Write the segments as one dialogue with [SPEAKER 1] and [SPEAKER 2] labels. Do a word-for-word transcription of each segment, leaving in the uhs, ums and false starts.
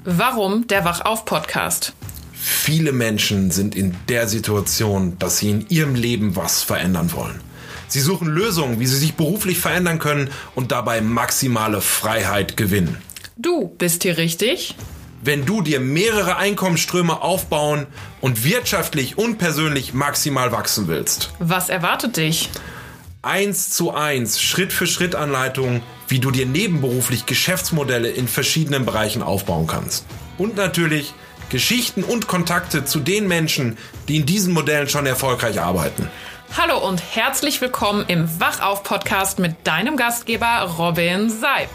[SPEAKER 1] Warum der Wachauf-Podcast?
[SPEAKER 2] Viele Menschen sind in der Situation, dass sie in ihrem Leben was verändern wollen. Sie suchen Lösungen, wie sie sich beruflich verändern können und dabei maximale Freiheit gewinnen.
[SPEAKER 1] Du bist hier richtig.
[SPEAKER 2] Wenn du dir mehrere Einkommensströme aufbauen und wirtschaftlich und persönlich maximal wachsen willst.
[SPEAKER 1] Was erwartet dich?
[SPEAKER 2] Eins zu eins, Schritt für Schritt Anleitungen, wie du dir nebenberuflich Geschäftsmodelle in verschiedenen Bereichen aufbauen kannst. Und natürlich Geschichten und Kontakte zu den Menschen, die in diesen Modellen schon erfolgreich arbeiten.
[SPEAKER 1] Hallo und herzlich willkommen im Wachauf-Podcast mit deinem Gastgeber Robin Seib.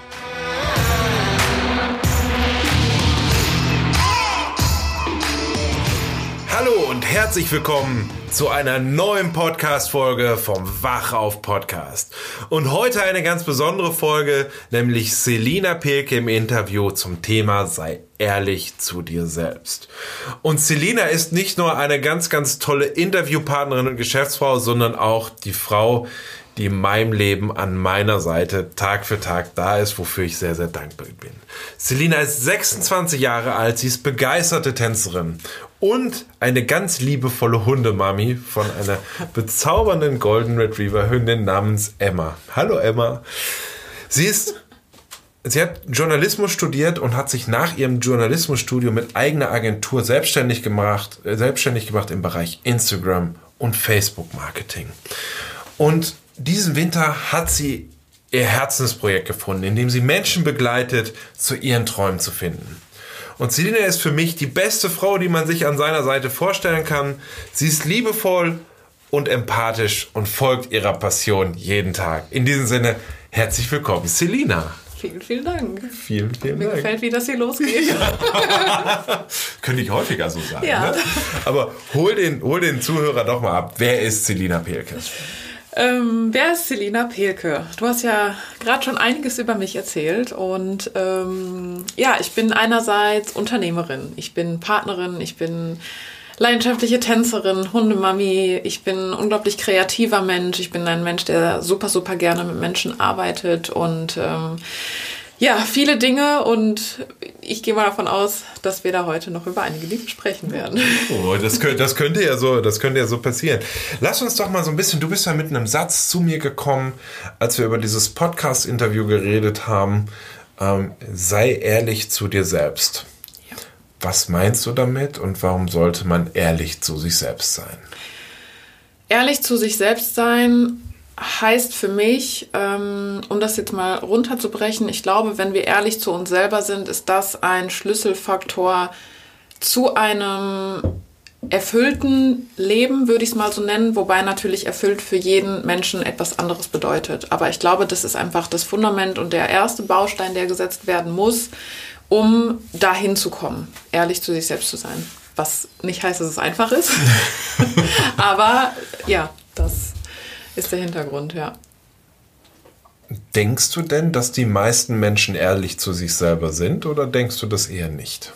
[SPEAKER 2] Hallo und herzlich willkommen zu einer neuen Podcast-Folge vom Wachauf-Podcast. Und heute eine ganz besondere Folge, nämlich Selina Pehlke im Interview zum Thema Sei ehrlich zu dir selbst. Und Selina ist nicht nur eine ganz, ganz tolle Interviewpartnerin und Geschäftsfrau, sondern auch die Frau, die in meinem Leben an meiner Seite Tag für Tag da ist, wofür ich sehr, sehr dankbar bin. Selina ist sechsundzwanzig Jahre alt, sie ist begeisterte Tänzerin und eine ganz liebevolle Hundemami von einer bezaubernden Golden Retriever Hündin namens Emma. Hallo Emma. Sie ist, sie hat Journalismus studiert und hat sich nach ihrem Journalismusstudium mit eigener Agentur selbstständig gemacht, äh, selbstständig gemacht im Bereich Instagram und Facebook Marketing. Und diesen Winter hat sie ihr Herzensprojekt gefunden, in dem sie Menschen begleitet, zu ihren Träumen zu finden. Und Selina ist für mich die beste Frau, die man sich an seiner Seite vorstellen kann. Sie ist liebevoll und empathisch und folgt ihrer Passion jeden Tag. In diesem Sinne, herzlich willkommen, Selina.
[SPEAKER 1] Vielen, vielen Dank.
[SPEAKER 2] Vielen, vielen
[SPEAKER 1] Mir
[SPEAKER 2] Dank.
[SPEAKER 1] Mir gefällt, wie das hier losgeht.
[SPEAKER 2] Ja. Könnte ich häufiger so sagen.
[SPEAKER 1] Ja.
[SPEAKER 2] Ne? Aber hol den, hol den Zuhörer doch mal ab. Wer ist Selina Pehlke?
[SPEAKER 1] Ähm, wer ist Selina Pehlke? Du hast ja gerade schon einiges über mich erzählt und ähm, ja, ich bin einerseits Unternehmerin, ich bin Partnerin, ich bin leidenschaftliche Tänzerin, Hundemami, ich bin ein unglaublich kreativer Mensch, ich bin ein Mensch, der super, super gerne mit Menschen arbeitet und ähm, ja, viele Dinge und ich gehe mal davon aus, dass wir da heute noch über einige Dinge sprechen werden.
[SPEAKER 2] Oh, das könnte, das könnte ja so, das könnte ja so passieren. Lass uns doch mal so ein bisschen, du bist ja mit einem Satz zu mir gekommen, als wir über dieses Podcast-Interview geredet haben, ähm, sei ehrlich zu dir selbst.
[SPEAKER 1] Ja.
[SPEAKER 2] Was meinst du damit und warum sollte man ehrlich zu sich selbst sein?
[SPEAKER 1] Ehrlich zu sich selbst sein heißt für mich, ähm, um das jetzt mal runterzubrechen, ich glaube, wenn wir ehrlich zu uns selber sind, ist das ein Schlüsselfaktor zu einem erfüllten Leben, würde ich es mal so nennen, wobei natürlich erfüllt für jeden Menschen etwas anderes bedeutet. Aber ich glaube, das ist einfach das Fundament und der erste Baustein, der gesetzt werden muss, um dahin zu kommen, ehrlich zu sich selbst zu sein. Was nicht heißt, dass es einfach ist, aber ja, das ist der Hintergrund, ja.
[SPEAKER 2] Denkst du denn, dass die meisten Menschen ehrlich zu sich selber sind oder denkst du das eher nicht?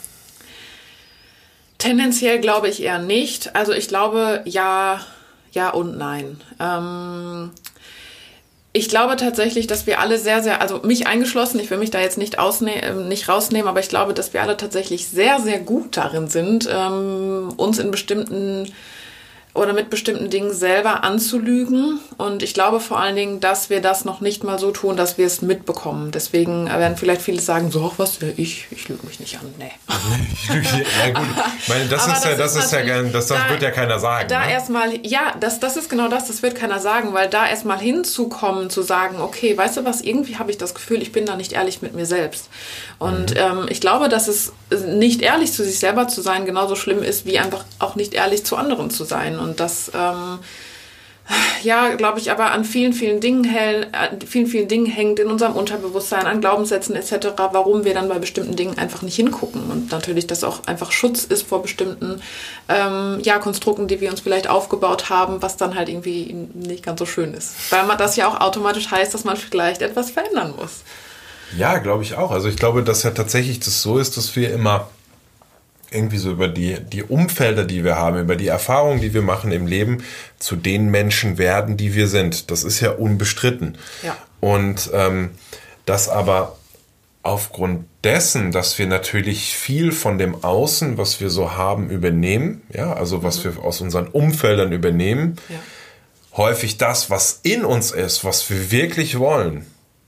[SPEAKER 1] Tendenziell glaube ich eher nicht. Also ich glaube ja, ja und nein. Ähm, ich glaube tatsächlich, dass wir alle sehr, sehr, also mich eingeschlossen, ich will mich da jetzt nicht, ausne- nicht rausnehmen, aber ich glaube, dass wir alle tatsächlich sehr, sehr gut darin sind, ähm, uns in bestimmten oder mit bestimmten Dingen selber anzulügen. Und ich glaube vor allen Dingen, dass wir das noch nicht mal so tun, dass wir es mitbekommen. Deswegen werden vielleicht viele sagen, so, was, ich, ich lüge mich nicht an. Nee.
[SPEAKER 2] Ja gut, ich meine, das, ist, das, ja, das, ist, ist ja, das, das da, wird ja keiner sagen.
[SPEAKER 1] Da
[SPEAKER 2] ne?
[SPEAKER 1] erstmal, ja, das, das ist genau das, das wird keiner sagen, weil da erstmal hinzukommen, zu sagen, okay, weißt du was, irgendwie habe ich das Gefühl, ich bin da nicht ehrlich mit mir selbst. Und mhm. ähm, ich glaube, dass es nicht ehrlich zu sich selber zu sein genauso schlimm ist, wie einfach auch nicht ehrlich zu anderen zu sein. Und das, ähm, ja, glaube ich, aber an vielen, vielen Dingen, hell, an vielen, vielen Dingen hängt in unserem Unterbewusstsein, an Glaubenssätzen et cetera, warum wir dann bei bestimmten Dingen einfach nicht hingucken. Und natürlich, dass auch einfach Schutz ist vor bestimmten ähm, ja, Konstrukten, die wir uns vielleicht aufgebaut haben, was dann halt irgendwie nicht ganz so schön ist. Weil man das ja auch automatisch heißt, dass man vielleicht etwas verändern muss.
[SPEAKER 2] Ja, glaube ich auch. Also ich glaube, dass ja tatsächlich das so ist, dass wir immer irgendwie so über die, die Umfelder, die wir haben, über die Erfahrungen, die wir machen im Leben, zu den Menschen werden, die wir sind. Das ist ja unbestritten.
[SPEAKER 1] Ja.
[SPEAKER 2] Und ähm, dass aber aufgrund dessen, dass wir natürlich viel von dem Außen, was wir so haben, übernehmen, ja, also was mhm. wir aus unseren Umfeldern übernehmen, ja. häufig das, was in uns ist, was wir wirklich wollen,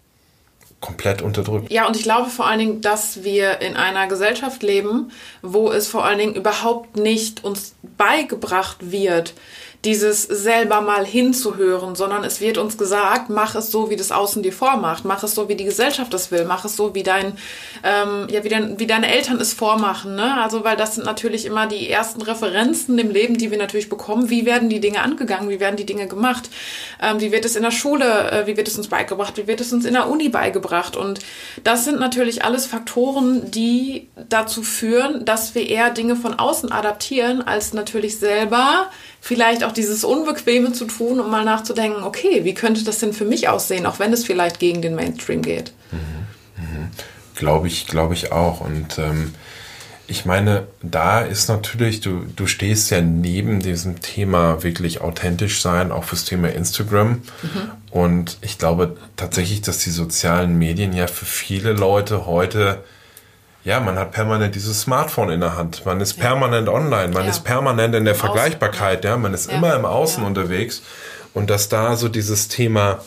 [SPEAKER 2] komplett unterdrückt.
[SPEAKER 1] Ja, und ich glaube vor allen Dingen, dass wir in einer Gesellschaft leben, wo es vor allen Dingen überhaupt nicht uns beigebracht wird, dieses selber mal hinzuhören, sondern es wird uns gesagt, mach es so, wie das Außen dir vormacht, mach es so, wie die Gesellschaft es will, mach es so, wie dein, ähm, ja, wie, dein, wie deine Eltern es vormachen, ne? Also, weil das sind natürlich immer die ersten Referenzen im Leben, die wir natürlich bekommen. Wie werden die Dinge angegangen? Wie werden die Dinge gemacht? Ähm, wie wird es in der Schule, äh, wie wird es uns beigebracht? Wie wird es uns in der Uni beigebracht? Und das sind natürlich alles Faktoren, die dazu führen, dass wir eher Dinge von außen adaptieren, als natürlich selber vielleicht auch dieses Unbequeme zu tun, um mal nachzudenken, okay, wie könnte das denn für mich aussehen, auch wenn es vielleicht gegen den Mainstream geht.
[SPEAKER 2] Mhm. Mhm. Glaube ich, glaube ich auch. Und ähm, ich meine, da ist natürlich, du, du stehst ja neben diesem Thema wirklich authentisch sein, auch fürs Thema Instagram. Mhm. Und ich glaube tatsächlich, dass die sozialen Medien ja für viele Leute heute, ja, man hat permanent dieses Smartphone in der Hand. Man ist ja. permanent online. Man ja. ist permanent in der Im Vergleichbarkeit. Ja, man ist ja. immer im Außen ja. unterwegs. Und dass da so dieses Thema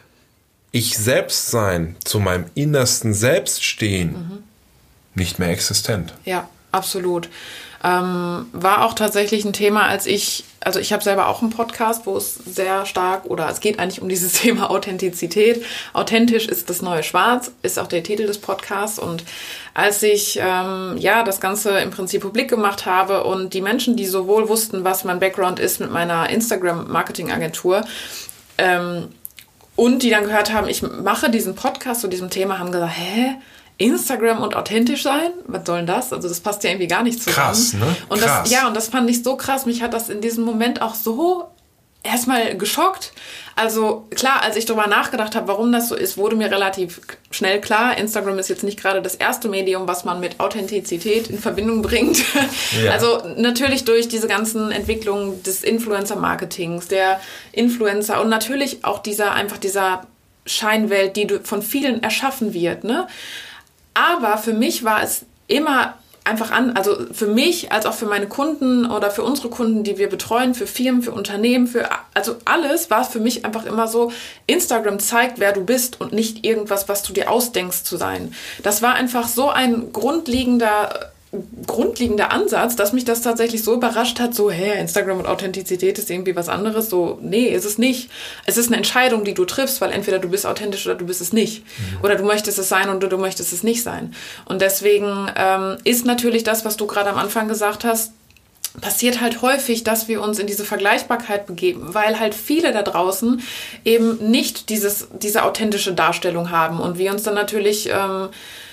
[SPEAKER 2] Ich selbst sein, zu meinem innersten Selbst stehen, mhm. nicht mehr existent.
[SPEAKER 1] Ja, absolut. Ähm, war auch tatsächlich ein Thema, als ich, also ich habe selber auch einen Podcast, wo es sehr stark, oder es geht eigentlich um dieses Thema Authentizität. Authentisch ist das neue Schwarz, ist auch der Titel des Podcasts. Und als ich ähm, ja das Ganze im Prinzip publik gemacht habe und die Menschen, die sowohl wussten, was mein Background ist mit meiner Instagram-Marketing-Agentur, ähm, und die dann gehört haben, ich mache diesen Podcast zu diesem Thema, haben gesagt, hä? Instagram und authentisch sein? Was soll denn das? Also das passt ja irgendwie gar nicht zusammen.
[SPEAKER 2] Krass, ne?
[SPEAKER 1] Und
[SPEAKER 2] krass.
[SPEAKER 1] Das, ja, und das fand ich so krass. Mich hat das in diesem Moment auch so erstmal geschockt. Also klar, als ich darüber nachgedacht habe, warum das so ist, wurde mir relativ schnell klar, Instagram ist jetzt nicht gerade das erste Medium, was man mit Authentizität in Verbindung bringt. Ja. Also natürlich durch diese ganzen Entwicklungen des Influencer-Marketings, der Influencer und natürlich auch dieser einfach dieser Scheinwelt, die von vielen erschaffen wird, ne? Aber für mich war es immer einfach an, also für mich als auch für meine Kunden oder für unsere Kunden, die wir betreuen, für Firmen, für Unternehmen, für also alles war es für mich einfach immer so, Instagram zeigt, wer du bist und nicht irgendwas, was du dir ausdenkst zu sein. Das war einfach so ein grundlegender grundlegender Ansatz, dass mich das tatsächlich so überrascht hat, so, hä, Instagram und Authentizität ist irgendwie was anderes, so, nee, ist es nicht. Es ist eine Entscheidung, die du triffst, weil entweder du bist authentisch oder du bist es nicht. Mhm. Oder du möchtest es sein oder du möchtest es nicht sein. Und deswegen ähm, ist natürlich das, was du gerade am Anfang gesagt hast, passiert halt häufig, dass wir uns in diese Vergleichbarkeit begeben, weil halt viele da draußen eben nicht dieses, diese authentische Darstellung haben und wir uns dann natürlich ähm,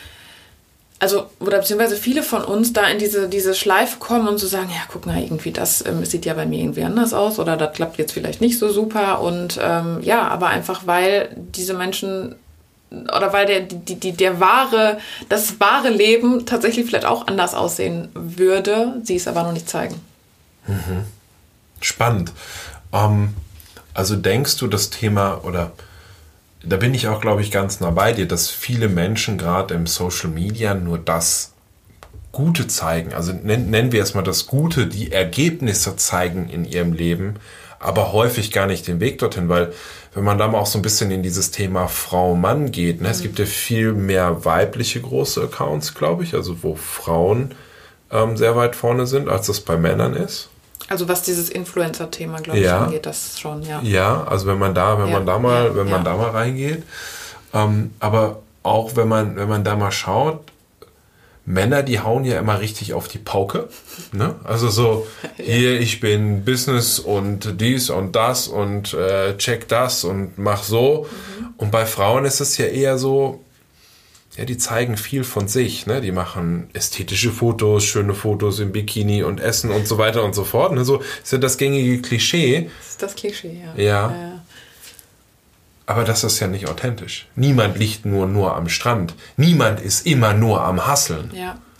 [SPEAKER 1] also, oder beziehungsweise viele von uns da in diese, diese Schleife kommen und so sagen, ja, guck mal, irgendwie das ähm, sieht ja bei mir irgendwie anders aus oder das klappt jetzt vielleicht nicht so super und ähm, ja, aber einfach, weil diese Menschen oder weil der, die, die, der wahre, das wahre Leben tatsächlich vielleicht auch anders aussehen würde, sie es aber noch nicht zeigen.
[SPEAKER 2] Mhm. Spannend. Ähm, also denkst du, das Thema oder da bin ich auch, glaube ich, ganz nah bei dir, dass viele Menschen gerade im Social Media nur das Gute zeigen. Also nennen, nennen wir es mal das Gute, die Ergebnisse zeigen in ihrem Leben, aber häufig gar nicht den Weg dorthin, weil wenn man da mal auch so ein bisschen in dieses Thema Frau-Mann geht, ne, mhm. es gibt ja viel mehr weibliche große Accounts, glaube ich, also wo Frauen ähm, sehr weit vorne sind, als das bei Männern ist.
[SPEAKER 1] Also was dieses Influencer-Thema, glaube
[SPEAKER 2] ja.
[SPEAKER 1] ich, angeht, das schon, ja.
[SPEAKER 2] Ja, also wenn man da, wenn ja. man da mal, ja. wenn man ja. da mal reingeht. Ähm, aber auch wenn man, wenn man da mal schaut, Männer, die hauen ja immer richtig auf die Pauke. Ne? Also so, ja. hier, ich bin Business und dies und das und äh, check das und mach so. Mhm. Und bei Frauen ist es ja eher so, ja, die zeigen viel von sich, ne? Die machen ästhetische Fotos, schöne Fotos im Bikini und Essen und so weiter und so fort. Ne? So ist ja das gängige Klischee.
[SPEAKER 1] Das ist das Klischee, ja.
[SPEAKER 2] Ja.
[SPEAKER 1] ja.
[SPEAKER 2] Aber das ist ja nicht authentisch. Niemand liegt nur, nur am Strand. Niemand ist immer nur am Hasseln.
[SPEAKER 1] Ja.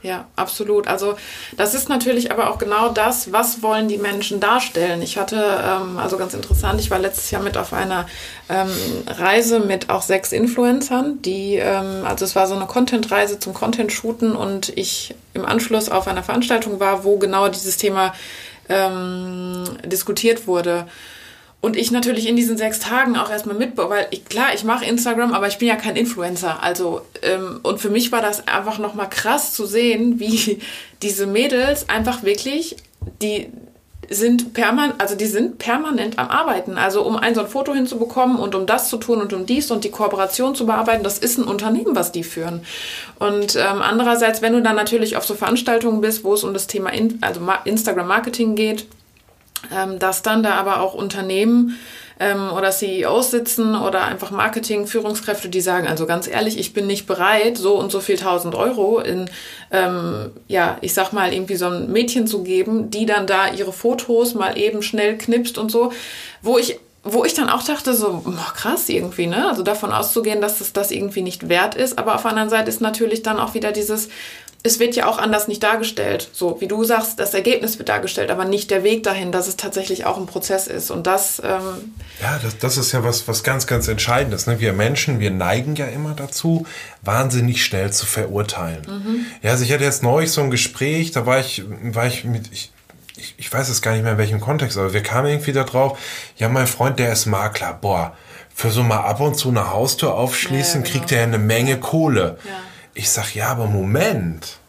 [SPEAKER 1] Ja, absolut. Also das ist natürlich aber auch genau das, was wollen die Menschen darstellen. Ich hatte, ähm, also ganz interessant, ich war letztes Jahr mit auf einer ähm, Reise mit auch sechs Influencern, die, ähm, also es war so eine Content-Reise zum Content-Shooten und ich im Anschluss auf einer Veranstaltung war, wo genau dieses Thema ähm, diskutiert wurde. Und ich natürlich in diesen sechs Tagen auch erstmal mit, weil ich, klar, ich mache Instagram, aber ich bin ja kein Influencer. Also, ähm, und für mich war das einfach nochmal krass zu sehen, wie diese Mädels einfach wirklich, die sind permanent, also die sind permanent am Arbeiten. Also um ein so ein Foto hinzubekommen und um das zu tun und um dies und die Kooperation zu bearbeiten, das ist ein Unternehmen, was die führen. Und ähm, andererseits, wenn du dann natürlich auf so Veranstaltungen bist, wo es um das Thema in, also Instagram-Marketing geht, Ähm, dass dann da aber auch Unternehmen ähm, oder C E Os sitzen oder einfach Marketing-Führungskräfte, die sagen, also ganz ehrlich, ich bin nicht bereit, so und so viel tausend Euro in, ähm, ja, ich sag mal, irgendwie so ein Mädchen zu geben, die dann da ihre Fotos mal eben schnell knipst und so, wo ich wo ich dann auch dachte, so boah, krass irgendwie, ne? Also davon auszugehen, dass es das irgendwie nicht wert ist, aber auf der anderen Seite ist natürlich dann auch wieder dieses, es wird ja auch anders nicht dargestellt. So, wie du sagst, das Ergebnis wird dargestellt, aber nicht der Weg dahin, dass es tatsächlich auch ein Prozess ist. Und das... Ähm
[SPEAKER 2] ja, das, das ist ja was, was ganz, ganz Entscheidendes. Ne? Wir Menschen, wir neigen ja immer dazu, wahnsinnig schnell zu verurteilen. Mhm. Ja, also ich hatte jetzt neulich so ein Gespräch, da war ich, war ich mit... Ich, ich, ich weiß es gar nicht mehr in welchem Kontext, aber wir kamen irgendwie da drauf, ja, mein Freund, der ist Makler, boah, für so mal ab und zu eine Haustür aufschließen, ja, ja, genau. Kriegt er eine Menge Kohle. Ja. Ich sag, ja, aber Moment.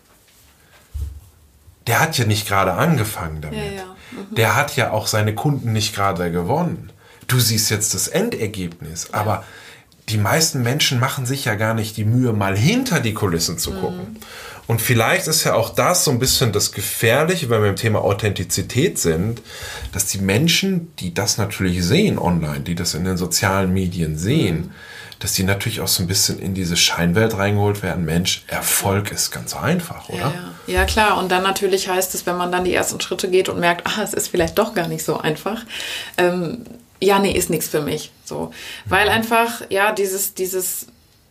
[SPEAKER 2] Der hat ja nicht gerade angefangen damit. Ja, ja. Mhm. Der hat ja auch seine Kunden nicht gerade gewonnen. Du siehst jetzt das Endergebnis. Ja. Aber die meisten Menschen machen sich ja gar nicht die Mühe, mal hinter die Kulissen zu gucken. Mhm. Und vielleicht ist ja auch das so ein bisschen das Gefährliche, wenn wir im Thema Authentizität sind, dass die Menschen, die das natürlich sehen online, die das in den sozialen Medien sehen, mhm. dass die natürlich auch so ein bisschen in diese Scheinwelt reingeholt werden. Mensch, Erfolg ist ganz einfach, oder?
[SPEAKER 1] Ja, ja. ja, klar. Und dann natürlich heißt es, wenn man dann die ersten Schritte geht und merkt, ah, es ist vielleicht doch gar nicht so einfach. Ähm, ja, nee, ist nichts für mich. So, weil mhm. einfach, ja, dieses, dieses,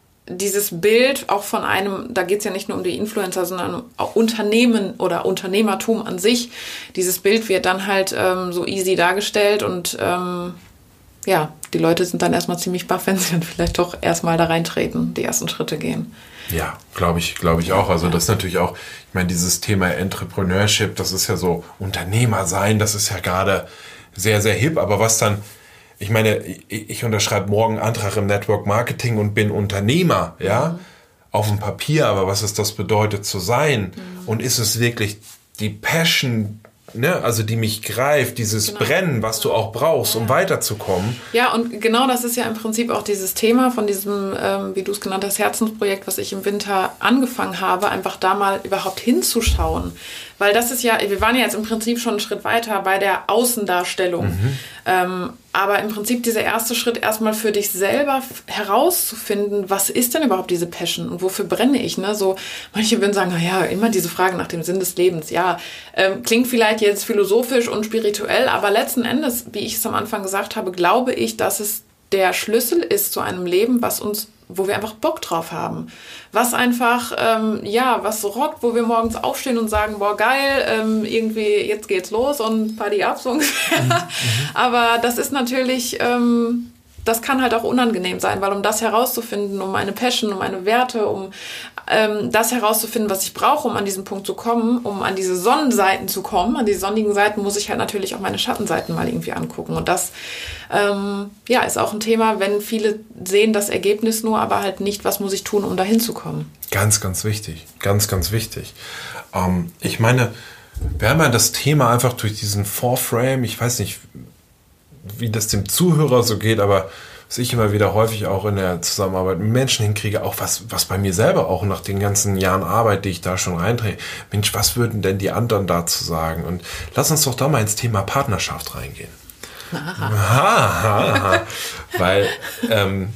[SPEAKER 1] dieses Bild auch von einem, da geht es ja nicht nur um die Influencer, sondern auch Unternehmen oder Unternehmertum an sich. Dieses Bild wird dann halt ähm, so easy dargestellt und ähm, ja, die Leute sind dann erstmal ziemlich baff, wenn sie dann vielleicht doch erstmal da reintreten, die ersten Schritte gehen.
[SPEAKER 2] Ja, glaube ich, glaube ich auch. Also ja. Das ist natürlich auch, ich meine, dieses Thema Entrepreneurship, das ist ja so Unternehmer sein, das ist ja gerade sehr, sehr hip. Aber was dann, ich meine, ich, ich unterschreibe morgen einen Antrag im Network Marketing und bin Unternehmer, ja, mhm. auf dem Papier. Aber was es das bedeutet zu sein mhm. und ist es wirklich die Passion, ne, also die mich greift, dieses genau. Brennen, was du auch brauchst, um weiterzukommen.
[SPEAKER 1] Ja, und genau das ist ja im Prinzip auch dieses Thema von diesem, ähm, wie du es genannt hast, Herzensprojekt, was ich im Winter angefangen habe, einfach da mal überhaupt hinzuschauen. Weil das ist ja, wir waren ja jetzt im Prinzip schon einen Schritt weiter bei der Außendarstellung. Mhm. Ähm, aber im Prinzip dieser erste Schritt erstmal für dich selber herauszufinden, was ist denn überhaupt diese Passion und wofür brenne ich? Ne? So, manche würden sagen, naja, immer diese Frage nach dem Sinn des Lebens. Ja, ähm, klingt vielleicht jetzt philosophisch und spirituell, aber letzten Endes, wie ich es am Anfang gesagt habe, glaube ich, dass es der Schlüssel ist zu einem Leben, was uns, wo wir einfach Bock drauf haben. Was einfach, ähm, ja, was rockt, wo wir morgens aufstehen und sagen, boah, geil, ähm, irgendwie, jetzt geht's los und Party ab, so ungefähr. Mhm. Aber das ist natürlich, ähm, das kann halt auch unangenehm sein, weil um das herauszufinden, um meine Passion, um meine Werte, um ähm, das herauszufinden, was ich brauche, um an diesen Punkt zu kommen, um an diese Sonnenseiten zu kommen, an die sonnigen Seiten, muss ich halt natürlich auch meine Schattenseiten mal irgendwie angucken. Und das ähm, ja, ist auch ein Thema, wenn viele sehen das Ergebnis nur, aber halt nicht, was muss ich tun, um dahin zu kommen.
[SPEAKER 2] Ganz, ganz wichtig. Ganz, ganz wichtig. Ähm, ich meine, wir haben ja das Thema einfach durch diesen Four-Frame, ich weiß nicht, wie das dem Zuhörer so geht, aber was ich immer wieder häufig auch in der Zusammenarbeit mit Menschen hinkriege, auch was, was bei mir selber auch nach den ganzen Jahren Arbeit, die ich da schon reindrehe, Mensch, was würden denn die anderen dazu sagen? Und lass uns doch da mal ins Thema Partnerschaft reingehen. Aha. Aha, aha. Weil ähm,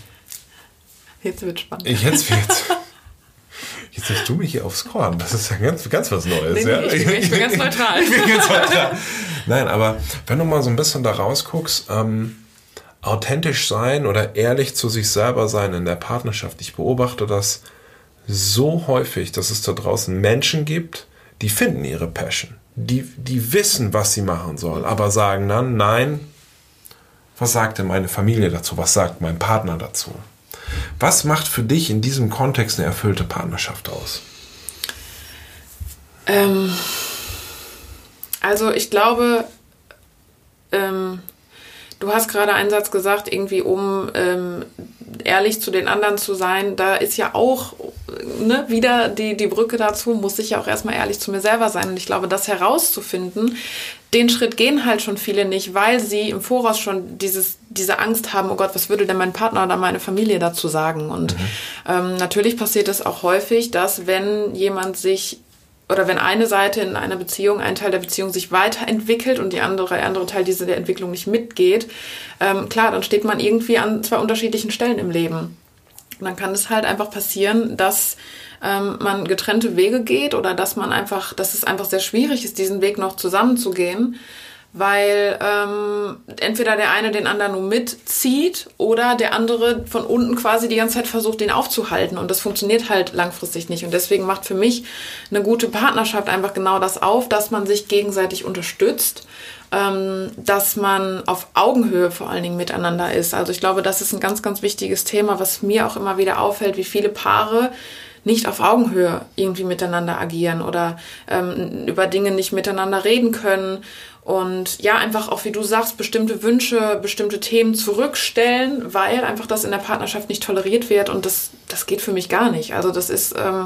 [SPEAKER 1] jetzt wird spannend.
[SPEAKER 2] Ich jetzt jetzt Jetzt hast du mich hier aufs Korn. Das ist ja ganz, ganz was Neues.
[SPEAKER 1] Nee, nee,
[SPEAKER 2] ja?
[SPEAKER 1] ich, bin, ich bin ganz neutral.
[SPEAKER 2] Ich bin ganz neutral. Nein, aber wenn du mal so ein bisschen da rausguckst, ähm, authentisch sein oder ehrlich zu sich selber sein in der Partnerschaft. Ich beobachte das so häufig, dass es da draußen Menschen gibt, die finden ihre Passion. Die, die wissen, was sie machen sollen, aber sagen dann, nein, was sagt denn meine Familie dazu? Was sagt mein Partner dazu? Was macht für dich in diesem Kontext eine erfüllte Partnerschaft aus?
[SPEAKER 1] Ähm, also ich glaube, ähm, du hast gerade einen Satz gesagt, irgendwie um ähm, ehrlich zu den anderen zu sein, da ist ja auch ne, wieder die, die Brücke dazu, muss ich ja auch erstmal ehrlich zu mir selber sein. Und ich glaube, das herauszufinden, den Schritt gehen halt schon viele nicht, weil sie im Voraus schon dieses, diese Angst haben, oh Gott, was würde denn mein Partner oder meine Familie dazu sagen? Und mhm. ähm, natürlich passiert es auch häufig, dass wenn jemand sich oder wenn eine Seite in einer Beziehung, ein Teil der Beziehung sich weiterentwickelt und die andere, der andere Teil dieser der Entwicklung nicht mitgeht, ähm, klar, dann steht man irgendwie an zwei unterschiedlichen Stellen im Leben. Und dann kann es halt einfach passieren, dass ähm, man getrennte Wege geht oder dass man einfach, dass es einfach sehr schwierig ist, diesen Weg noch zusammenzugehen, weil ähm, entweder der eine den anderen nur mitzieht oder der andere von unten quasi die ganze Zeit versucht, den aufzuhalten. Und das funktioniert halt langfristig nicht. Und deswegen macht für mich eine gute Partnerschaft einfach genau das auf, dass man sich gegenseitig unterstützt, ähm, dass man auf Augenhöhe vor allen Dingen miteinander ist. Also ich glaube, das ist ein ganz, ganz wichtiges Thema, was mir auch immer wieder auffällt, wie viele Paare nicht auf Augenhöhe irgendwie miteinander agieren oder ähm, über Dinge nicht miteinander reden können. Und ja, einfach auch, wie du sagst, bestimmte Wünsche, bestimmte Themen zurückstellen, weil einfach das in der Partnerschaft nicht toleriert wird. Und das, das geht für mich gar nicht. Also das ist, ähm,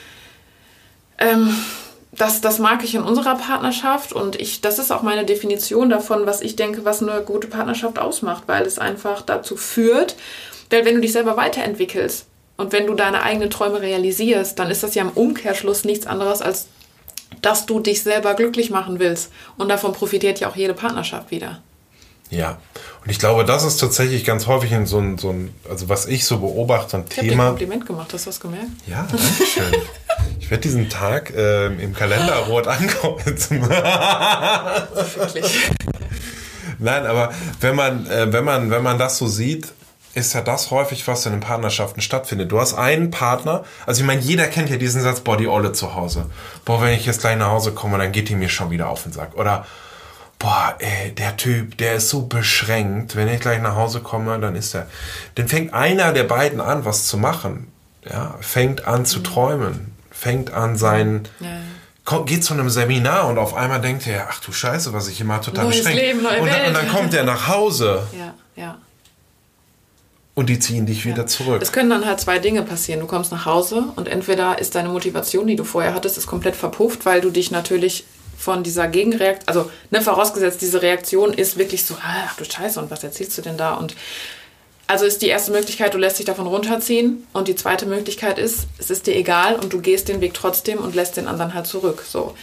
[SPEAKER 1] ähm, das, das mag ich in unserer Partnerschaft. Und ich, das ist auch meine Definition davon, was ich denke, was eine gute Partnerschaft ausmacht. Weil es einfach dazu führt, weil wenn du dich selber weiterentwickelst und wenn du deine eigenen Träume realisierst, dann ist das ja im Umkehrschluss nichts anderes als dass du dich selber glücklich machen willst. Und davon profitiert ja auch jede Partnerschaft wieder.
[SPEAKER 2] Ja, und ich glaube, das ist tatsächlich ganz häufig in so ein, so ein also was ich so beobachte, ein
[SPEAKER 1] ich
[SPEAKER 2] Thema.
[SPEAKER 1] Ich habe dir ein Kompliment gemacht, hast du das gemerkt?
[SPEAKER 2] Ja, danke schön. Ich werde diesen Tag äh, im Kalender rot ankreuzen. Wirklich. Nein, aber wenn man, äh, wenn man, wenn man das so sieht, ist ja das häufig, was in den Partnerschaften stattfindet. Du hast einen Partner, also ich meine, jeder kennt ja diesen Satz, boah, die Olle zu Hause. Boah, wenn ich jetzt gleich nach Hause komme, dann geht die mir schon wieder auf den Sack. Oder, boah, ey, der Typ, der ist so beschränkt, wenn ich gleich nach Hause komme, dann ist der... Dann fängt einer der beiden an, was zu machen. Ja, fängt an zu träumen, fängt an sein... Ja. Kommt, geht zu einem Seminar und auf einmal denkt er, ach du Scheiße, was ich immer total
[SPEAKER 1] Neues
[SPEAKER 2] beschränkt.
[SPEAKER 1] Leben, neue
[SPEAKER 2] und, dann,
[SPEAKER 1] Welt.
[SPEAKER 2] und dann kommt er nach Hause.
[SPEAKER 1] Ja, ja.
[SPEAKER 2] Und die ziehen dich wieder
[SPEAKER 1] ja.
[SPEAKER 2] zurück.
[SPEAKER 1] Es können dann halt zwei Dinge passieren. Du kommst nach Hause und entweder ist deine Motivation, die du vorher hattest, ist komplett verpufft, weil du dich natürlich von dieser Gegenreaktion, also ne, vorausgesetzt, diese Reaktion ist wirklich so, ach du Scheiße, und was erzählst du denn da? Und also ist die erste Möglichkeit, du lässt dich davon runterziehen. Und die zweite Möglichkeit ist, es ist dir egal und du gehst den Weg trotzdem und lässt den anderen halt zurück. So.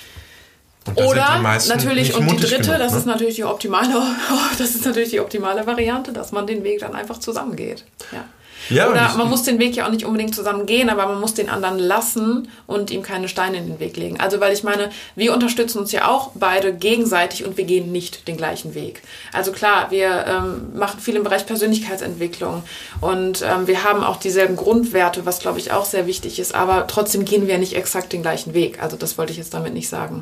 [SPEAKER 1] Oder natürlich, und die dritte, genug, das ne? ist natürlich die optimale, das ist natürlich die optimale Variante, dass man den Weg dann einfach zusammengeht. Ja. Ja, Oder man muss den Weg ja auch nicht unbedingt zusammen gehen, aber man muss den anderen lassen und ihm keine Steine in den Weg legen. Also weil ich meine, wir unterstützen uns ja auch beide gegenseitig und wir gehen nicht den gleichen Weg. Also klar, wir ähm, machen viel im Bereich Persönlichkeitsentwicklung und ähm, wir haben auch dieselben Grundwerte, was glaube ich auch sehr wichtig ist, aber trotzdem gehen wir nicht exakt den gleichen Weg. Also das wollte ich jetzt damit nicht sagen.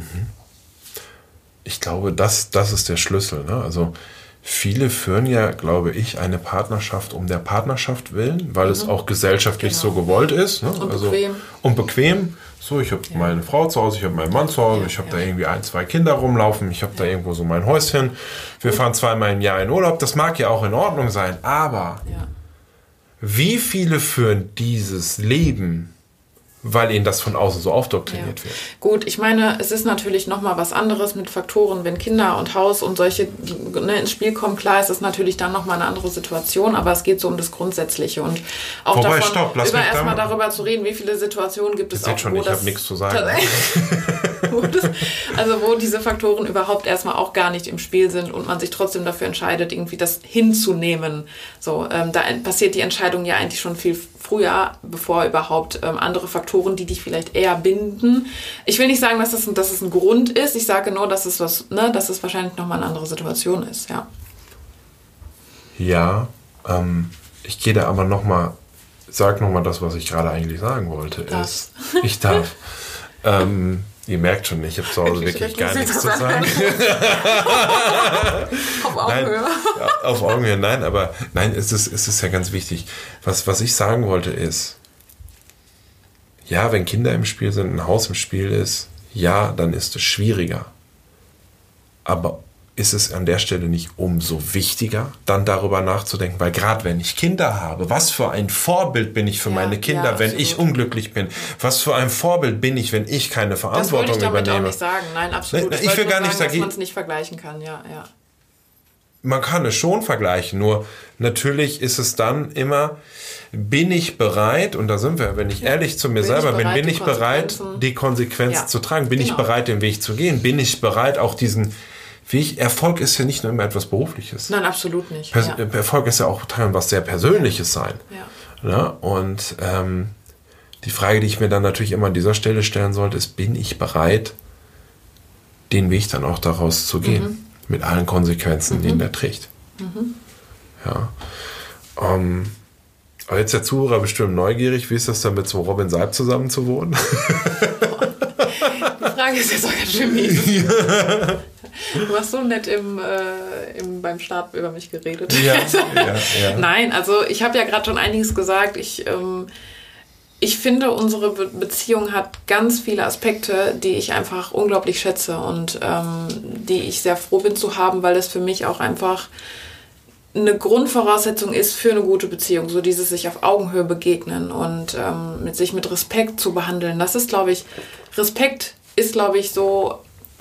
[SPEAKER 2] Ich glaube, das, das ist der Schlüssel. Ne? Also viele führen ja, glaube ich, eine Partnerschaft um der Partnerschaft willen, weil mhm. es auch gesellschaftlich genau. so gewollt ist. Ne?
[SPEAKER 1] Und
[SPEAKER 2] also,
[SPEAKER 1] bequem.
[SPEAKER 2] Und bequem. So, ich habe ja. meine Frau zu Hause, ich habe meinen Mann zu Hause, ja, ich habe ja. da irgendwie ein, zwei Kinder rumlaufen, ich habe ja. da irgendwo so mein Häuschen. Wir fahren zweimal im Jahr in Urlaub. Das mag ja auch in Ordnung sein, aber
[SPEAKER 1] ja.
[SPEAKER 2] wie viele führen dieses Leben, weil ihnen das von außen so aufdoktriniert ja. wird.
[SPEAKER 1] Gut, ich meine, es ist natürlich nochmal was anderes mit Faktoren, wenn Kinder und Haus und solche ne, ins Spiel kommen. Klar, ist es natürlich dann nochmal eine andere Situation, aber es geht so um das Grundsätzliche. Und auch
[SPEAKER 2] Wobei,
[SPEAKER 1] davon,
[SPEAKER 2] stopp, lass
[SPEAKER 1] über
[SPEAKER 2] mich
[SPEAKER 1] erstmal
[SPEAKER 2] da
[SPEAKER 1] darüber zu reden, wie viele Situationen gibt es
[SPEAKER 2] auch, schon,
[SPEAKER 1] wo
[SPEAKER 2] ich
[SPEAKER 1] das...
[SPEAKER 2] habe nichts zu sagen.
[SPEAKER 1] wo das, also wo diese Faktoren überhaupt erstmal auch gar nicht im Spiel sind und man sich trotzdem dafür entscheidet, irgendwie das hinzunehmen. So, ähm, da passiert die Entscheidung ja eigentlich schon viel früher, bevor überhaupt ähm, andere Faktoren, die dich vielleicht eher binden. Ich will nicht sagen, dass das, dass es ein Grund ist. Ich sage nur, dass es was, ne, dass es wahrscheinlich nochmal eine andere Situation ist, ja.
[SPEAKER 2] Ja, ähm, ich gehe da aber nochmal sag nochmal das, was ich gerade eigentlich sagen wollte.
[SPEAKER 1] Das.
[SPEAKER 2] Ist, ich darf. ähm, ihr merkt schon, ich habe zu Hause wirklich gar nichts zu sagen.
[SPEAKER 1] Auf Augenhöhe.
[SPEAKER 2] Nein, ja, auf Augenhöhe, nein, aber nein, es ist, es ist ja ganz wichtig. Was, was ich sagen wollte ist, ja, wenn Kinder im Spiel sind, ein Haus im Spiel ist, ja, dann ist es schwieriger. Aber ist es an der Stelle nicht umso wichtiger, dann darüber nachzudenken, weil gerade wenn ich Kinder habe, was für ein Vorbild bin ich für ja, meine Kinder, ja, wenn ich unglücklich bin? Was für ein Vorbild bin ich, wenn ich keine Verantwortung
[SPEAKER 1] das
[SPEAKER 2] übernehme?
[SPEAKER 1] Das wollte ich damit auch nicht sagen. Nein, absolut.
[SPEAKER 2] Ich, ich will gar nicht sagen,
[SPEAKER 1] dass man es nicht vergleichen kann. Ja, ja.
[SPEAKER 2] Man kann es schon vergleichen, nur natürlich ist es dann immer, bin ich bereit, und da sind wir, wenn ich ja. ehrlich zu mir bin selber bin, bin ich bereit, die Konsequenz ja. zu tragen? Bin genau. ich bereit, den Weg zu gehen? Bin ich bereit, auch diesen Weg? Erfolg ist ja nicht nur immer etwas Berufliches.
[SPEAKER 1] Nein, absolut nicht.
[SPEAKER 2] Pers-
[SPEAKER 1] ja.
[SPEAKER 2] Erfolg ist ja auch teilweise was sehr Persönliches sein.
[SPEAKER 1] Ja.
[SPEAKER 2] Ja, und ähm, die Frage, die ich mir dann natürlich immer an dieser Stelle stellen sollte, ist, bin ich bereit, den Weg dann auch daraus zu gehen? Mhm. Mit allen Konsequenzen, mhm. die der trägt. Mhm. Ja. Um, aber jetzt der Zuhörer bestimmt neugierig, wie ist das dann mit so Robin Seib zusammen zu wohnen?
[SPEAKER 1] Die Frage ist jetzt auch ganz schön mies. Du hast so nett im, äh, im, beim Start über mich geredet.
[SPEAKER 2] Ja, ja, ja.
[SPEAKER 1] Nein, also ich habe ja gerade schon einiges gesagt. Ich, ähm, ich finde, unsere Be- Beziehung hat ganz viele Aspekte, die ich einfach unglaublich schätze und ähm, die ich sehr froh bin zu haben, weil das für mich auch einfach eine Grundvoraussetzung ist für eine gute Beziehung, so dieses sich auf Augenhöhe begegnen und ähm, mit sich mit Respekt zu behandeln. Das ist, glaube ich, Respekt ist, glaube ich, so,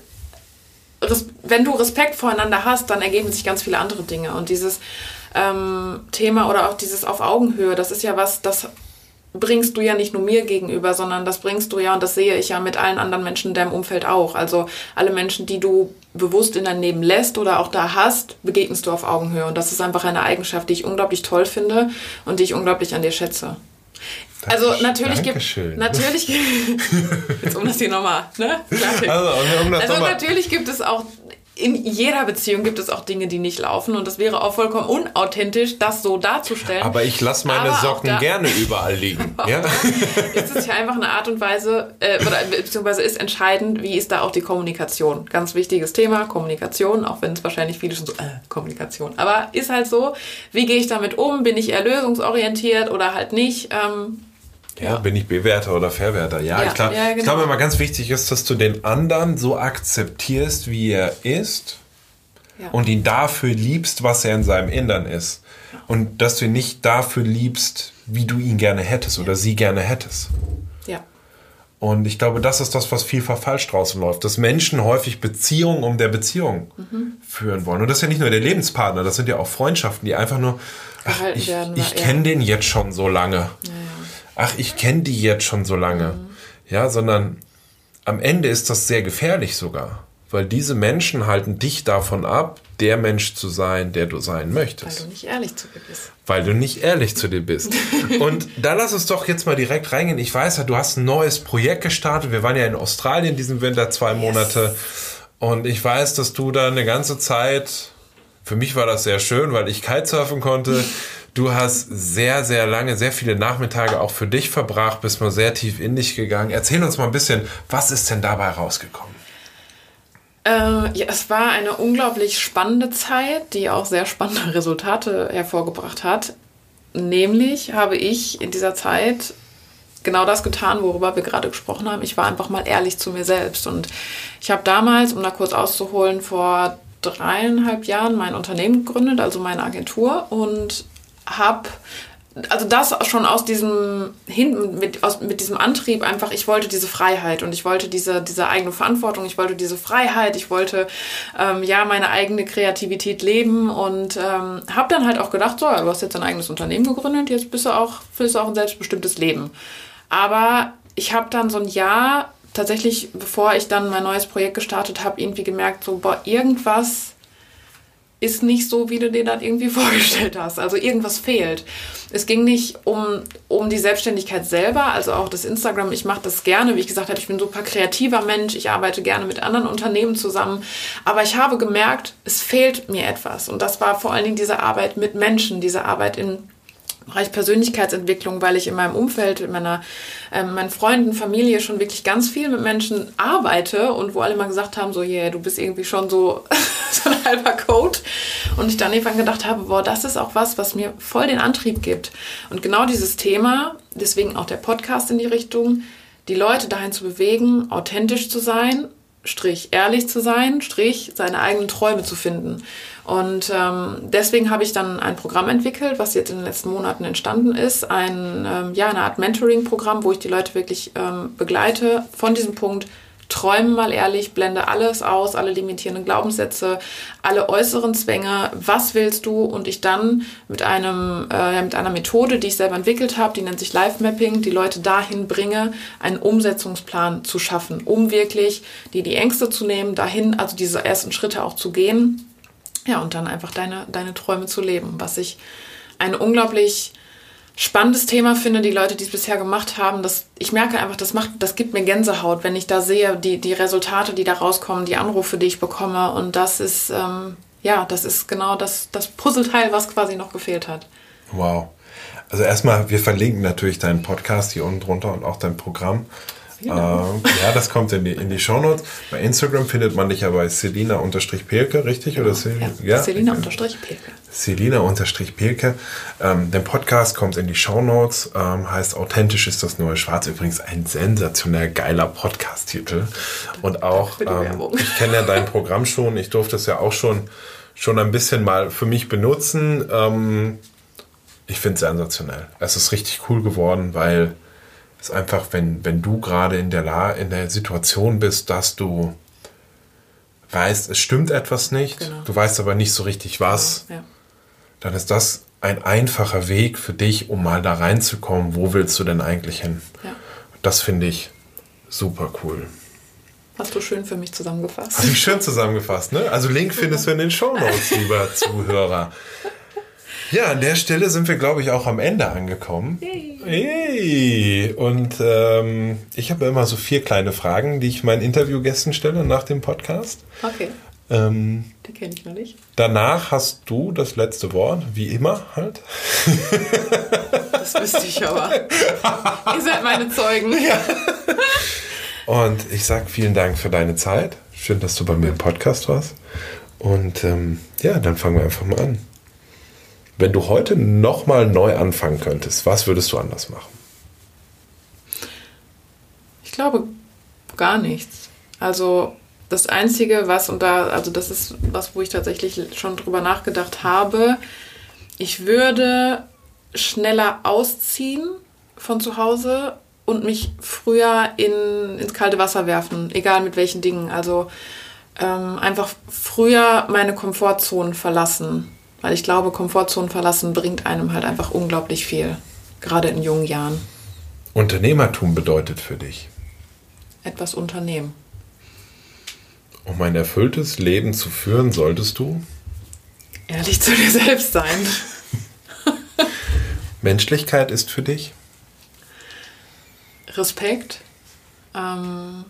[SPEAKER 1] res- wenn du Respekt voreinander hast, dann ergeben sich ganz viele andere Dinge. Und dieses ähm, Thema oder auch dieses auf Augenhöhe, das ist ja was, das bringst du ja nicht nur mir gegenüber, sondern das bringst du ja, und das sehe ich ja mit allen anderen Menschen in deinem Umfeld auch. Also alle Menschen, die du bewusst in dein Leben lässt oder auch da hast, begegnest du auf Augenhöhe. Und das ist einfach eine Eigenschaft, die ich unglaublich toll finde und die ich unglaublich an dir schätze. Also natürlich gibt natürlich jetzt um das hier nochmal, ne? Also, um das also nochmal. Natürlich gibt es auch in jeder Beziehung gibt es auch Dinge, die nicht laufen und das wäre auch vollkommen unauthentisch, das so darzustellen.
[SPEAKER 2] Aber ich lasse meine Aber Socken gerne überall liegen. Ja?
[SPEAKER 1] Ist es ja einfach eine Art und Weise, äh, oder, beziehungsweise ist entscheidend, wie ist da auch die Kommunikation. Ganz wichtiges Thema, Kommunikation, auch wenn es wahrscheinlich viele schon so, äh, Kommunikation. Aber ist halt so, wie gehe ich damit um? Bin ich eher lösungsorientiert oder halt nicht? Ähm,
[SPEAKER 2] Ja, bin ich Bewerter oder Verwerter? Ja,
[SPEAKER 1] ja,
[SPEAKER 2] ich glaube,
[SPEAKER 1] ja, genau.
[SPEAKER 2] ich glaube immer ganz wichtig ist, dass du den anderen so akzeptierst, wie er ist ja. und ihn dafür liebst, was er in seinem Innern ist. Ja. Und dass du ihn nicht dafür liebst, wie du ihn gerne hättest ja. oder sie gerne hättest.
[SPEAKER 1] Ja.
[SPEAKER 2] Und ich glaube, das ist das, was vielfach falsch draußen läuft. Dass Menschen häufig Beziehungen um der Beziehung mhm. führen wollen. Und das ist ja nicht nur der Lebenspartner, das sind ja auch Freundschaften, die einfach nur, ach, ich, werden, ich kenne ja. den jetzt schon so lange. Ja, ja. Ach, ich kenne die jetzt schon so lange. Mhm. Ja, sondern am Ende ist das sehr gefährlich sogar. Weil diese Menschen halten dich davon ab, der Mensch zu sein, der du sein möchtest.
[SPEAKER 1] Weil du nicht ehrlich zu dir bist.
[SPEAKER 2] Weil du nicht ehrlich zu dir bist. Und da lass uns doch jetzt mal direkt reingehen. Ich weiß ja, du hast ein neues Projekt gestartet. Wir waren ja in Australien diesen Winter zwei yes. Monate. Und ich weiß, dass du da eine ganze Zeit, für mich war das sehr schön, weil ich Kitesurfen konnte. Du hast sehr, sehr lange, sehr viele Nachmittage auch für dich verbracht, bist mal sehr tief in dich gegangen. Erzähl uns mal ein bisschen, was ist denn dabei rausgekommen?
[SPEAKER 1] Äh, ja, es war eine unglaublich spannende Zeit, die auch sehr spannende Resultate hervorgebracht hat. Nämlich habe ich in dieser Zeit genau das getan, worüber wir gerade gesprochen haben. Ich war einfach mal ehrlich zu mir selbst. Und ich habe damals, um da kurz auszuholen, vor dreieinhalb Jahren mein Unternehmen gegründet, also meine Agentur, und habe, also das schon aus diesem, hin, mit, aus, mit diesem Antrieb einfach, ich wollte diese Freiheit und ich wollte diese, diese eigene Verantwortung, ich wollte diese Freiheit, ich wollte ähm, ja meine eigene Kreativität leben und ähm, habe dann halt auch gedacht, so, du hast jetzt ein eigenes Unternehmen gegründet, jetzt bist du auch, führst du auch ein selbstbestimmtes Leben. Aber ich habe dann so ein Jahr, tatsächlich, bevor ich dann mein neues Projekt gestartet habe, irgendwie gemerkt, so, boah, irgendwas ist nicht so, wie du dir das irgendwie vorgestellt hast. Also irgendwas fehlt. Es ging nicht um, um die Selbstständigkeit selber, also auch das Instagram. Ich mache das gerne, wie ich gesagt habe, ich bin ein super kreativer Mensch. Ich arbeite gerne mit anderen Unternehmen zusammen. Aber ich habe gemerkt, es fehlt mir etwas. Und das war vor allen Dingen diese Arbeit mit Menschen, diese Arbeit in Bereich Persönlichkeitsentwicklung, weil ich in meinem Umfeld, in meiner, äh, meinen Freunden, Familie schon wirklich ganz viel mit Menschen arbeite und wo alle mal gesagt haben, so, yeah, du bist irgendwie schon so, so ein halber Code. Und ich dann irgendwann gedacht habe, boah, das ist auch was, was mir voll den Antrieb gibt. Und genau dieses Thema, deswegen auch der Podcast in die Richtung, die Leute dahin zu bewegen, authentisch zu sein, Strich ehrlich zu sein, Strich seine eigenen Träume zu finden. Und ähm, deswegen habe ich dann ein Programm entwickelt, was jetzt in den letzten Monaten entstanden ist. Ein, ähm, ja, eine Art Mentoring-Programm, wo ich die Leute wirklich ähm, begleite von diesem Punkt, träume mal ehrlich, blende alles aus, alle limitierenden Glaubenssätze, alle äußeren Zwänge, was willst du? Und ich dann mit einem äh, mit einer Methode, die ich selber entwickelt habe, die nennt sich Life Mapping, die Leute dahin bringe, einen Umsetzungsplan zu schaffen, um wirklich die, die Ängste zu nehmen, dahin, also diese ersten Schritte auch zu gehen, ja, und dann einfach deine, deine Träume zu leben, was ich ein unglaublich spannendes Thema finde, die Leute, die es bisher gemacht haben, das, ich merke einfach, das macht, das gibt mir Gänsehaut, wenn ich da sehe, die, die Resultate, die da rauskommen, die Anrufe, die ich bekomme. Und das ist, ähm, ja, das ist genau das, das Puzzleteil, was quasi noch gefehlt hat.
[SPEAKER 2] Wow. Also erstmal, wir verlinken natürlich deinen Podcast hier unten drunter und auch dein Programm. Ähm, ja, das kommt in die, in die Shownotes. Bei Instagram findet man dich ja bei Selina-Pelke, richtig?
[SPEAKER 1] Ja,
[SPEAKER 2] Oder Sel-
[SPEAKER 1] ja,
[SPEAKER 2] ja?
[SPEAKER 1] Selina-Pelke.
[SPEAKER 2] Selina-Pelke. Ähm, der Podcast kommt in die Shownotes, ähm, heißt Authentisch ist das neue Schwarz. Übrigens ein sensationell geiler Podcast-Titel. Und auch, ähm, ich kenne ja dein Programm schon, ich durfte es ja auch schon, schon ein bisschen mal für mich benutzen. Ähm, ich finde es sensationell. Es ist richtig cool geworden, weil ist einfach, wenn, wenn du gerade in der, La- in der Situation bist, dass du weißt, es stimmt etwas nicht, genau. Du weißt aber nicht so richtig was, genau, ja. Dann ist das ein einfacher Weg für dich, um mal da reinzukommen, wo willst du denn eigentlich hin? Ja. Das finde ich super cool.
[SPEAKER 1] Hast du schön für mich zusammengefasst.
[SPEAKER 2] Hast du schön zusammengefasst, ne? Also Link findest du in den Shownotes, lieber Zuhörer. Ja, an der Stelle sind wir, glaube ich, auch am Ende angekommen. Yay. Yay. Und ähm, ich habe immer so vier kleine Fragen, die ich meinen Interviewgästen stelle nach dem Podcast.
[SPEAKER 1] Okay.
[SPEAKER 2] Ähm,
[SPEAKER 1] die kenne ich noch nicht.
[SPEAKER 2] Danach hast du das letzte Wort, wie immer halt.
[SPEAKER 1] Das wüsste ich aber. Ihr seid meine Zeugen.
[SPEAKER 2] Ja. Und ich sage vielen Dank für deine Zeit. Schön, dass du bei mir im Podcast warst. Und ähm, ja, dann fangen wir einfach mal an. Wenn du heute nochmal neu anfangen könntest, was würdest du anders machen?
[SPEAKER 1] Ich glaube, gar nichts. Also das Einzige, was, und da, also das ist was, wo ich tatsächlich schon drüber nachgedacht habe, ich würde schneller ausziehen von zu Hause und mich früher in, ins kalte Wasser werfen, egal mit welchen Dingen. Also ähm, einfach früher meine Komfortzonen verlassen. Weil ich glaube, Komfortzonen verlassen bringt einem halt einfach unglaublich viel. Gerade in jungen Jahren.
[SPEAKER 2] Unternehmertum bedeutet für dich?
[SPEAKER 1] Etwas unternehmen.
[SPEAKER 2] Um ein erfülltes Leben zu führen, solltest du?
[SPEAKER 1] Ehrlich zu dir selbst sein.
[SPEAKER 2] Menschlichkeit ist für dich?
[SPEAKER 1] Respekt. Ähm,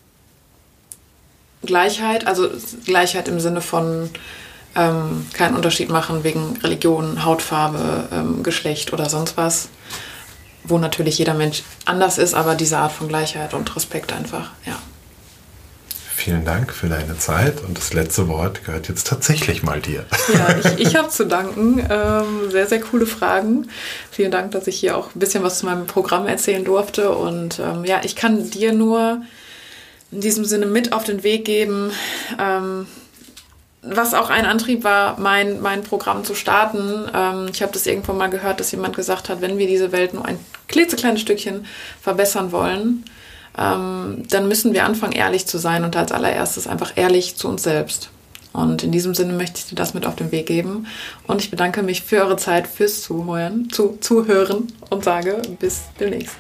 [SPEAKER 1] Gleichheit. Also Gleichheit im Sinne von Ähm, keinen Unterschied machen wegen Religion, Hautfarbe, ähm, Geschlecht oder sonst was, wo natürlich jeder Mensch anders ist, aber diese Art von Gleichheit und Respekt einfach, ja.
[SPEAKER 2] Vielen Dank für deine Zeit und das letzte Wort gehört jetzt tatsächlich mal dir.
[SPEAKER 1] Ja, ich, ich habe zu danken. Ähm, sehr, sehr coole Fragen. Vielen Dank, dass ich hier auch ein bisschen was zu meinem Programm erzählen durfte und ähm, ja, ich kann dir nur in diesem Sinne mit auf den Weg geben, ähm, was auch ein Antrieb war, mein, mein Programm zu starten. Ähm, ich habe das irgendwann mal gehört, dass jemand gesagt hat, wenn wir diese Welt nur ein klitzekleines Stückchen verbessern wollen, ähm, dann müssen wir anfangen, ehrlich zu sein und als allererstes einfach ehrlich zu uns selbst. Und in diesem Sinne möchte ich dir das mit auf den Weg geben. Und ich bedanke mich für eure Zeit, fürs Zuhören, zu, Zuhören und sage bis demnächst.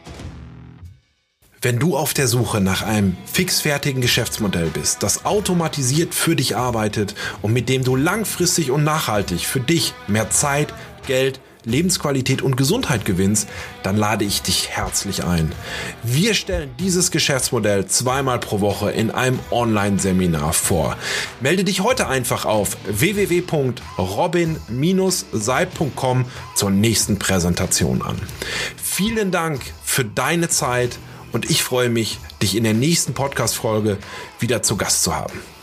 [SPEAKER 2] Wenn du auf der Suche nach einem fixfertigen Geschäftsmodell bist, das automatisiert für dich arbeitet und mit dem du langfristig und nachhaltig für dich mehr Zeit, Geld, Lebensqualität und Gesundheit gewinnst, dann lade ich dich herzlich ein. Wir stellen dieses Geschäftsmodell zweimal pro Woche in einem Online-Seminar vor. Melde dich heute einfach auf w w w punkt robin Bindestrich seib punkt com zur nächsten Präsentation an. Vielen Dank für deine Zeit und ich freue mich, dich in der nächsten Podcast-Folge wieder zu Gast zu haben.